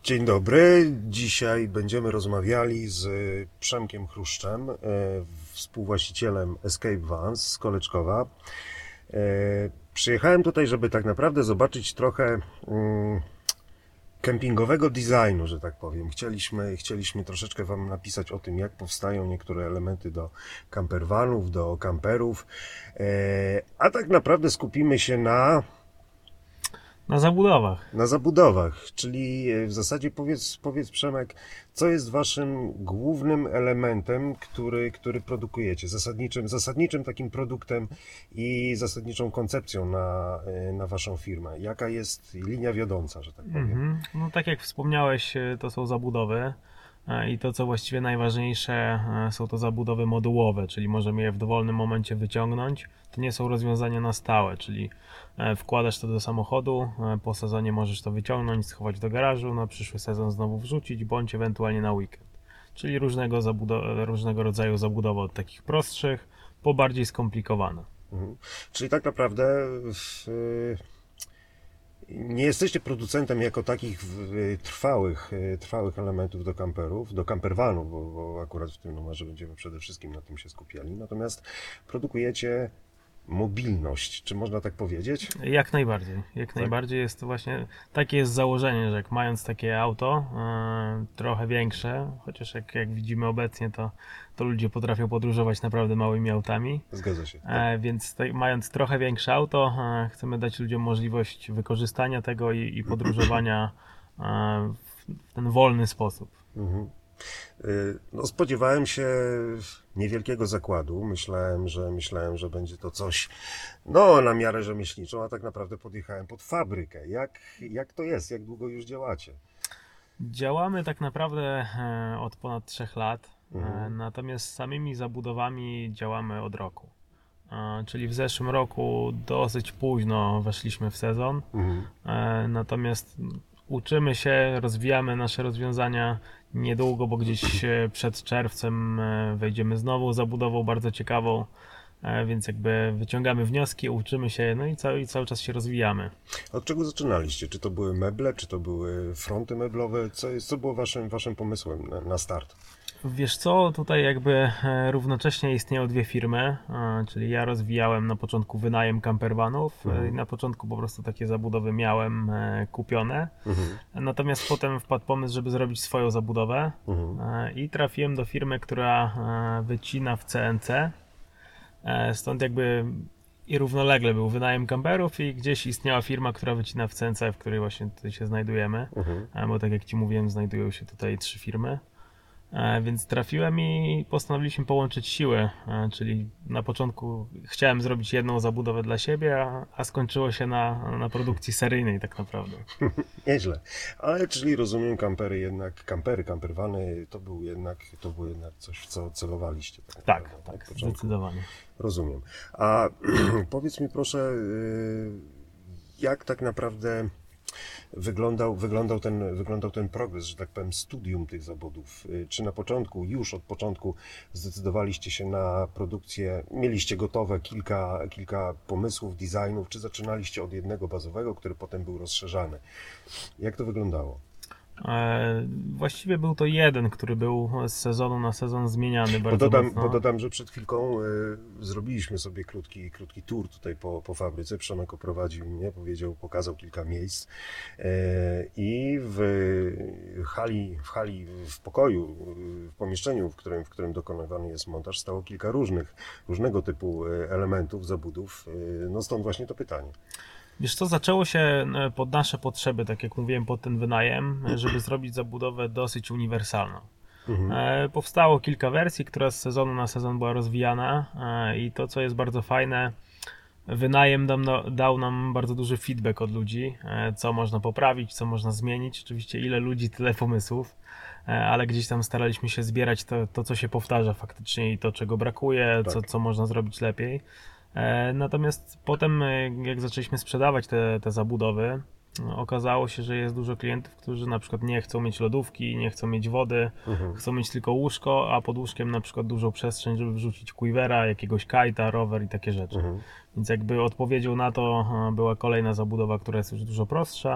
Dzień dobry. Dzisiaj będziemy rozmawiali z Przemkiem Chruszczem, współwłaścicielem Escape Vans z Koleczkowa. Przyjechałem tutaj, żeby tak naprawdę zobaczyć trochę kempingowego designu, że tak powiem. Chcieliśmy troszeczkę Wam napisać o tym, jak powstają niektóre elementy do campervanów, do camperów, a tak naprawdę skupimy się na zabudowach. Na zabudowach, czyli w zasadzie powiedz Przemek, co jest Waszym głównym elementem, który produkujecie, zasadniczym takim produktem i zasadniczą koncepcją na Waszą firmę. Jaka jest linia wiodąca, że tak powiem? No tak jak wspomniałeś, to są zabudowy i to, co właściwie najważniejsze, są to zabudowy modułowe, czyli możemy je w dowolnym momencie wyciągnąć. To nie są rozwiązania na stałe, czyli wkładasz to do samochodu, po sezonie możesz to wyciągnąć, schować do garażu, na przyszły sezon znowu wrzucić, bądź ewentualnie na weekend. Czyli różnego rodzaju zabudowy, od takich prostszych po bardziej skomplikowane. Czyli tak naprawdę nie jesteście producentem jako takich trwałych elementów do camperów, do campervanów, bo akurat w tym numerze będziemy przede wszystkim na tym się skupiali. Natomiast produkujecie mobilność, czy można tak powiedzieć? Jak najbardziej. Najbardziej jest to właśnie, takie jest założenie, że jak mając takie auto, trochę większe, chociaż jak widzimy obecnie, to ludzie potrafią podróżować naprawdę małymi autami. Zgadza się. Więc mając trochę większe auto, chcemy dać ludziom możliwość wykorzystania tego i podróżowania w ten wolny sposób. No, spodziewałem się niewielkiego zakładu. Myślałem, że będzie to coś na miarę rzemieślniczą, a tak naprawdę podjechałem pod fabrykę. Jak to jest? Jak długo już działacie? Działamy tak naprawdę od ponad 3 lat, natomiast samymi zabudowami działamy od roku. Czyli w zeszłym roku dosyć późno weszliśmy w sezon, natomiast uczymy się, rozwijamy nasze rozwiązania niedługo, bo gdzieś przed czerwcem wejdziemy z nową zabudową bardzo ciekawą, więc jakby wyciągamy wnioski, uczymy się, no i cały czas się rozwijamy. Od czego zaczynaliście? Czy to były meble, czy to były fronty meblowe? Co było waszym pomysłem na start? Wiesz co, tutaj jakby równocześnie istnieją dwie firmy, czyli ja rozwijałem na początku wynajem campervanów i na początku po prostu takie zabudowy miałem kupione, natomiast potem wpadł pomysł, żeby zrobić swoją zabudowę i trafiłem do firmy, która wycina w CNC, stąd jakby i równolegle był wynajem camperów i gdzieś istniała firma, która wycina w CNC, w której właśnie tutaj się znajdujemy, bo tak jak Ci mówiłem, znajdują się tutaj 3 firmy. Więc trafiłem i postanowiliśmy połączyć siły, czyli na początku chciałem zrobić jedną zabudowę dla siebie, a skończyło się na produkcji seryjnej tak naprawdę. Nieźle. Ale czyli rozumiem, campervany to było jednak coś, w co celowaliście. Tak, zdecydowanie. Rozumiem. A powiedz mi proszę, jak tak naprawdę wyglądał ten progres, że tak powiem, studium tych zawodów? Czy już od początku zdecydowaliście się na produkcję, mieliście gotowe kilka pomysłów, designów, czy zaczynaliście od jednego bazowego, który potem był rozszerzany? Jak to wyglądało? Właściwie był to jeden, który był z sezonu na sezon zmieniany bardzo mocno. Bo dodam, że przed chwilką zrobiliśmy sobie krótki tour tutaj po fabryce. Przemek oprowadził mnie, pokazał kilka miejsc i w pokoju, w pomieszczeniu, w którym dokonywany jest montaż, stało kilka różnego typu elementów, zabudów. No stąd właśnie to pytanie. Wiesz co, zaczęło się pod nasze potrzeby, tak jak mówiłem, pod ten wynajem, żeby zrobić zabudowę dosyć uniwersalną. Powstało kilka wersji, która z sezonu na sezon była rozwijana i to, co jest bardzo fajne, wynajem dał nam bardzo duży feedback od ludzi, co można poprawić, co można zmienić. Oczywiście ile ludzi, tyle pomysłów, ale gdzieś tam staraliśmy się zbierać to co się powtarza faktycznie i to, czego brakuje, Tak. co można zrobić lepiej. Natomiast potem, jak zaczęliśmy sprzedawać te zabudowy, okazało się, że jest dużo klientów, którzy na przykład nie chcą mieć lodówki, nie chcą mieć wody, chcą mieć tylko łóżko, a pod łóżkiem na przykład dużą przestrzeń, żeby wrzucić quivera, jakiegoś kajta, rower i takie rzeczy. Więc jakby odpowiedzią na to była kolejna zabudowa, która jest już dużo prostsza,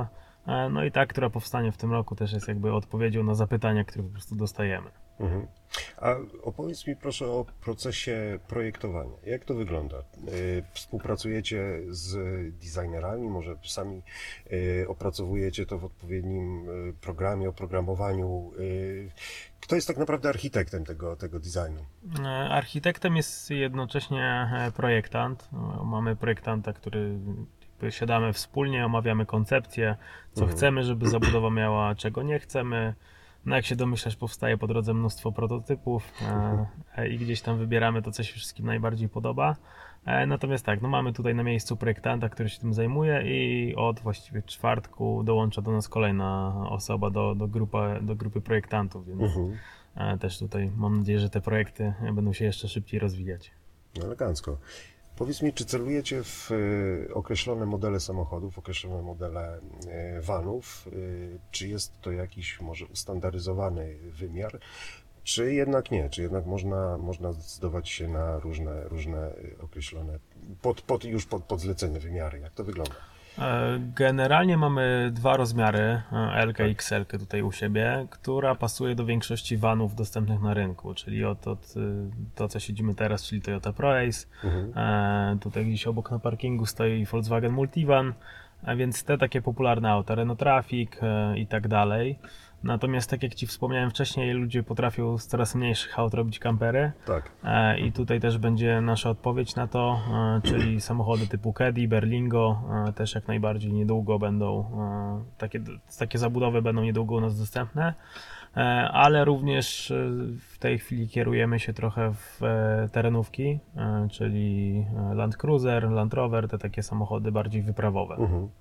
No i ta, która powstanie w tym roku, też jest jakby odpowiedzią na zapytania, które po prostu dostajemy. Mhm. A opowiedz mi proszę o procesie projektowania. Jak to wygląda? Współpracujecie z designerami, może sami opracowujecie to w odpowiednim programie, oprogramowaniu? Kto jest tak naprawdę architektem tego designu? Architektem jest jednocześnie projektant. Mamy projektanta, który siadamy wspólnie, omawiamy koncepcję, co chcemy, żeby zabudowa miała, czego nie chcemy. No jak się domyślasz, powstaje po drodze mnóstwo prototypów i gdzieś tam wybieramy to, co się wszystkim najbardziej podoba. Natomiast tak, no mamy tutaj na miejscu projektanta, który się tym zajmuje i od właściwie czwartku dołącza do nas kolejna osoba do grupy projektantów, więc też tutaj mam nadzieję, że te projekty będą się jeszcze szybciej rozwijać. Elegancko. Powiedz mi, czy celujecie w określone modele samochodów, określone modele vanów? Czy jest to jakiś może ustandaryzowany wymiar, czy jednak nie? Czy jednak można zdecydować się na różne określone, pod zlecenie wymiary? Jak to wygląda? Generalnie mamy dwa rozmiary, L i XL tutaj u siebie, która pasuje do większości vanów dostępnych na rynku, czyli od to, co siedzimy teraz, czyli Toyota ProAce. Tutaj gdzieś obok na parkingu stoi Volkswagen Multivan, a więc te takie popularne auta, Renault Trafic i tak dalej. Natomiast tak jak Ci wspomniałem wcześniej, ludzie potrafią z coraz mniejszych aut robić kampery. Tak. I tutaj też będzie nasza odpowiedź na to, czyli samochody typu Caddy, Berlingo też jak najbardziej niedługo będą, takie zabudowy będą niedługo u nas dostępne, ale również w tej chwili kierujemy się trochę w terenówki, czyli Land Cruiser, Land Rover, te takie samochody bardziej wyprawowe.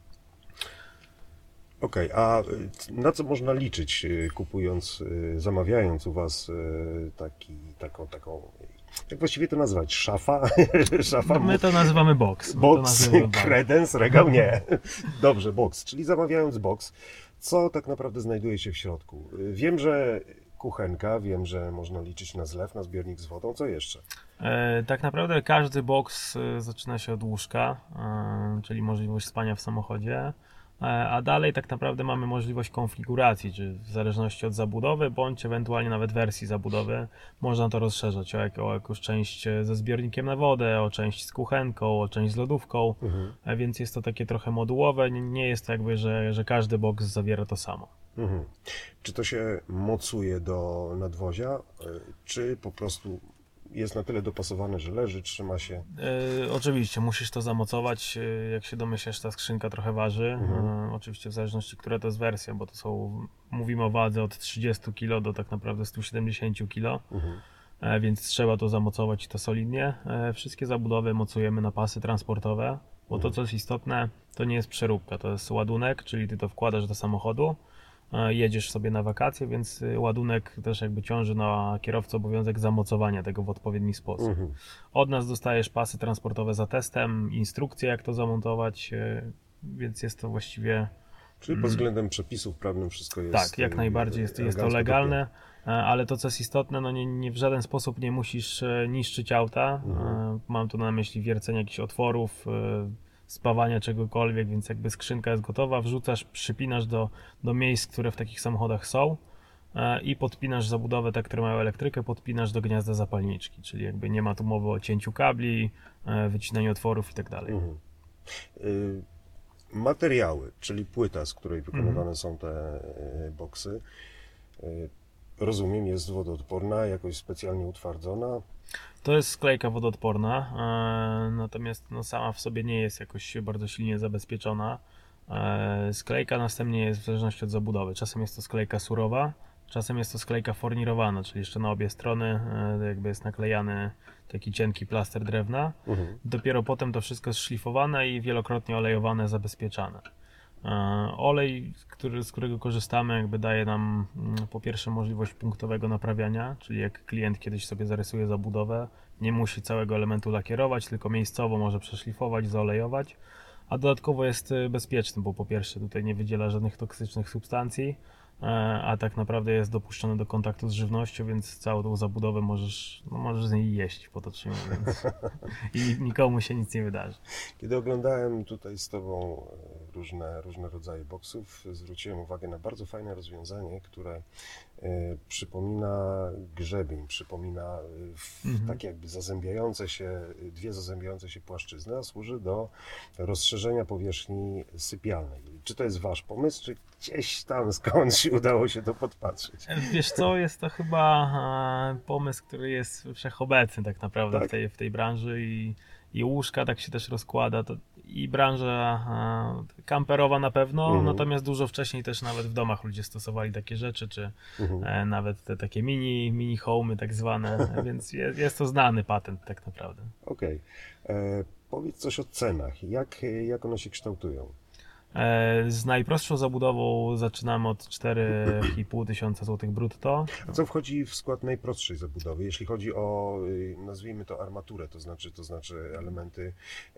Okej, a na co można liczyć, zamawiając u Was taką, jak właściwie to nazwać? Szafa? My to nazywamy box. Box, kredens, regał? Nie. Dobrze, box, czyli zamawiając box, co tak naprawdę znajduje się w środku? Wiem, że kuchenka, wiem, że można liczyć na zlew, na zbiornik z wodą, co jeszcze? Tak naprawdę każdy box zaczyna się od łóżka, czyli możliwość spania w samochodzie. A dalej tak naprawdę mamy możliwość konfiguracji, czy w zależności od zabudowy, bądź ewentualnie nawet wersji zabudowy, można to rozszerzać o jakąś część ze zbiornikiem na wodę, o część z kuchenką, o część z lodówką, więc jest to takie trochę modułowe, nie jest to jakby, że każdy box zawiera to samo. Czy to się mocuje do nadwozia, czy po prostu jest na tyle dopasowane, że leży, trzyma się? Oczywiście, musisz to zamocować. Jak się domyślasz, ta skrzynka trochę waży. Oczywiście w zależności, która to jest wersja, bo to mówimy o wadze od 30 kg do tak naprawdę 170 kg. Więc trzeba to zamocować i to solidnie. Wszystkie zabudowy mocujemy na pasy transportowe, bo to, co jest istotne, to nie jest przeróbka, to jest ładunek, czyli ty to wkładasz do samochodu, jedziesz sobie na wakacje, więc ładunek też jakby ciąży na kierowcy obowiązek zamocowania tego w odpowiedni sposób. Od nas dostajesz pasy transportowe za testem, instrukcje jak to zamontować, więc jest to właściwie... Czyli pod względem przepisów prawnych wszystko jest... Tak, jak najbardziej jest to legalne, ale to, co jest istotne, no nie w żaden sposób nie musisz niszczyć auta. Mam tu na myśli wiercenia jakichś otworów, spawania czegokolwiek, więc jakby skrzynka jest gotowa, wrzucasz, przypinasz do miejsc, które w takich samochodach są i podpinasz zabudowę, te, które mają elektrykę, podpinasz do gniazda zapalniczki, czyli jakby nie ma tu mowy o cięciu kabli, wycinaniu otworów i tak dalej. Materiały, czyli płyta, z której wykonywane są te boksy, rozumiem, jest wodoodporna, jakoś specjalnie utwardzona. To jest sklejka wodoodporna, natomiast sama w sobie nie jest jakoś bardzo silnie zabezpieczona. Sklejka następnie jest w zależności od zabudowy. Czasem jest to sklejka surowa, czasem jest to sklejka fornirowana, czyli jeszcze na obie strony jakby jest naklejany taki cienki plaster drewna. Dopiero potem to wszystko jest szlifowane i wielokrotnie olejowane, zabezpieczane. Olej, z którego korzystamy, jakby daje nam po pierwsze możliwość punktowego naprawiania, czyli jak klient kiedyś sobie zarysuje zabudowę, nie musi całego elementu lakierować, tylko miejscowo może przeszlifować, zaolejować, a dodatkowo jest bezpieczny, bo po pierwsze tutaj nie wydziela żadnych toksycznych substancji, a tak naprawdę jest dopuszczony do kontaktu z żywnością, więc całą tą zabudowę możesz z niej jeść, potocznie mówiąc, i nikomu się nic nie wydarzy. Kiedy oglądałem tutaj z Tobą różne rodzaje boksów, zwróciłem uwagę na bardzo fajne rozwiązanie, które przypomina grzebień, przypomina tak jakby dwie zazębiające się płaszczyzny, a służy do rozszerzenia powierzchni sypialnej. Czy to jest wasz pomysł, czy gdzieś tam skądś udało się to podpatrzeć? Wiesz co, jest to chyba pomysł, który jest wszechobecny tak naprawdę Tak? w tej branży i łóżka tak się też rozkłada. I branża kamperowa na pewno, natomiast dużo wcześniej też nawet w domach ludzie stosowali takie rzeczy, czy nawet te takie mini home'y tak zwane, więc jest to znany patent tak naprawdę. Okej. Powiedz coś o cenach. Jak one się kształtują? Z najprostszą zabudową zaczynamy od 4,5 tysiąca złotych brutto. A co wchodzi w skład najprostszej zabudowy, jeśli chodzi o, nazwijmy to, armaturę, to znaczy elementy,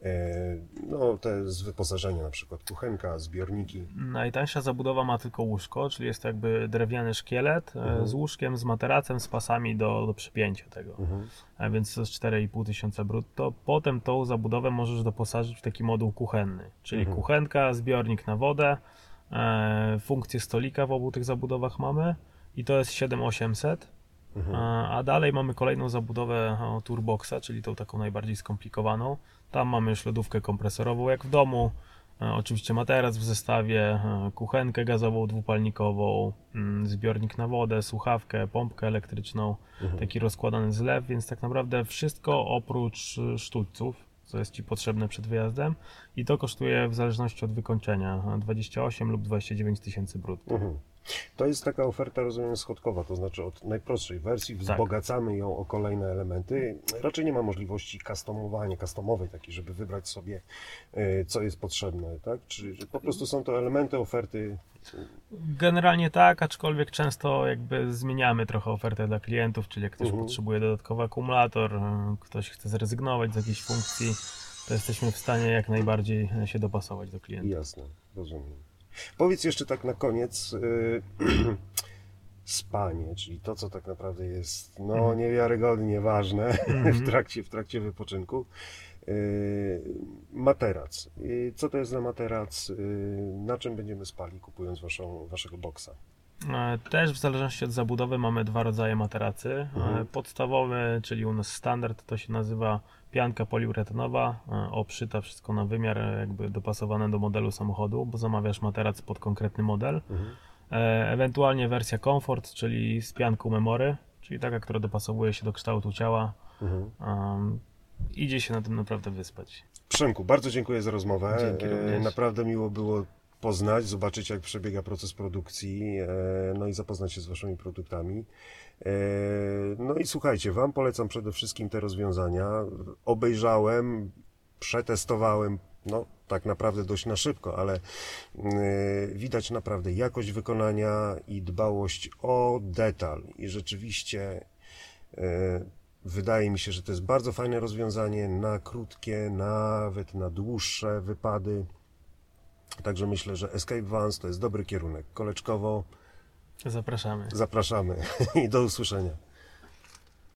no te z wyposażenia, na przykład kuchenka, zbiorniki? Najtańsza zabudowa ma tylko łóżko, czyli jest to jakby drewniany szkielet z łóżkiem, z materacem, z pasami do przypięcia tego. A więc to jest 4,5 tysiąca brutto. Potem tą zabudowę możesz doposażyć w taki moduł kuchenny, czyli kuchenka, zbiornik na wodę, funkcję stolika w obu tych zabudowach mamy i to jest 7,800. A dalej mamy kolejną zabudowę Turboxa, czyli tą taką najbardziej skomplikowaną. Tam mamy już lodówkę kompresorową jak w domu, oczywiście materac w zestawie, kuchenkę gazową dwupalnikową, zbiornik na wodę, słuchawkę, pompkę elektryczną, taki rozkładany zlew, więc tak naprawdę wszystko oprócz sztućców, co jest Ci potrzebne przed wyjazdem i to kosztuje w zależności od wykończenia 28 lub 29 tysięcy brutto. To jest taka oferta, rozumiem, schodkowa, to znaczy od najprostszej wersji wzbogacamy ją o kolejne elementy. Raczej nie ma możliwości customowej takiej, żeby wybrać sobie, co jest potrzebne, tak? Czy po prostu są to elementy oferty? Generalnie tak, aczkolwiek często jakby zmieniamy trochę ofertę dla klientów, czyli jak ktoś potrzebuje dodatkowy akumulator, ktoś chce zrezygnować z jakiejś funkcji, to jesteśmy w stanie jak najbardziej się dopasować do klienta. Jasne, rozumiem. Powiedz jeszcze tak na koniec, spanie, czyli to, co tak naprawdę jest niewiarygodnie ważne w trakcie wypoczynku. Materac. Co to jest za materac? Na czym będziemy spali, kupując waszego boksa? Też w zależności od zabudowy mamy dwa rodzaje materacy. Podstawowy, czyli u nas standard, to się nazywa pianka poliuretanowa, obszyta wszystko na wymiar, jakby dopasowane do modelu samochodu, bo zamawiasz materac pod konkretny model. Ewentualnie wersja Comfort, czyli z pianką memory, czyli taka, która dopasowuje się do kształtu ciała. Idzie się na tym naprawdę wyspać. Przemku, bardzo dziękuję za rozmowę. Dzięki również. Naprawdę miło było poznać, zobaczyć, jak przebiega proces produkcji, no i zapoznać się z waszymi produktami. No i słuchajcie, wam polecam przede wszystkim te rozwiązania. Obejrzałem, przetestowałem, no tak naprawdę dość na szybko, ale widać naprawdę jakość wykonania i dbałość o detal i rzeczywiście wydaje mi się, że to jest bardzo fajne rozwiązanie na krótkie, nawet na dłuższe wypady. Także myślę, że Escape Vans to jest dobry kierunek. Koleczkowo Zapraszamy. zapraszamy i do usłyszenia.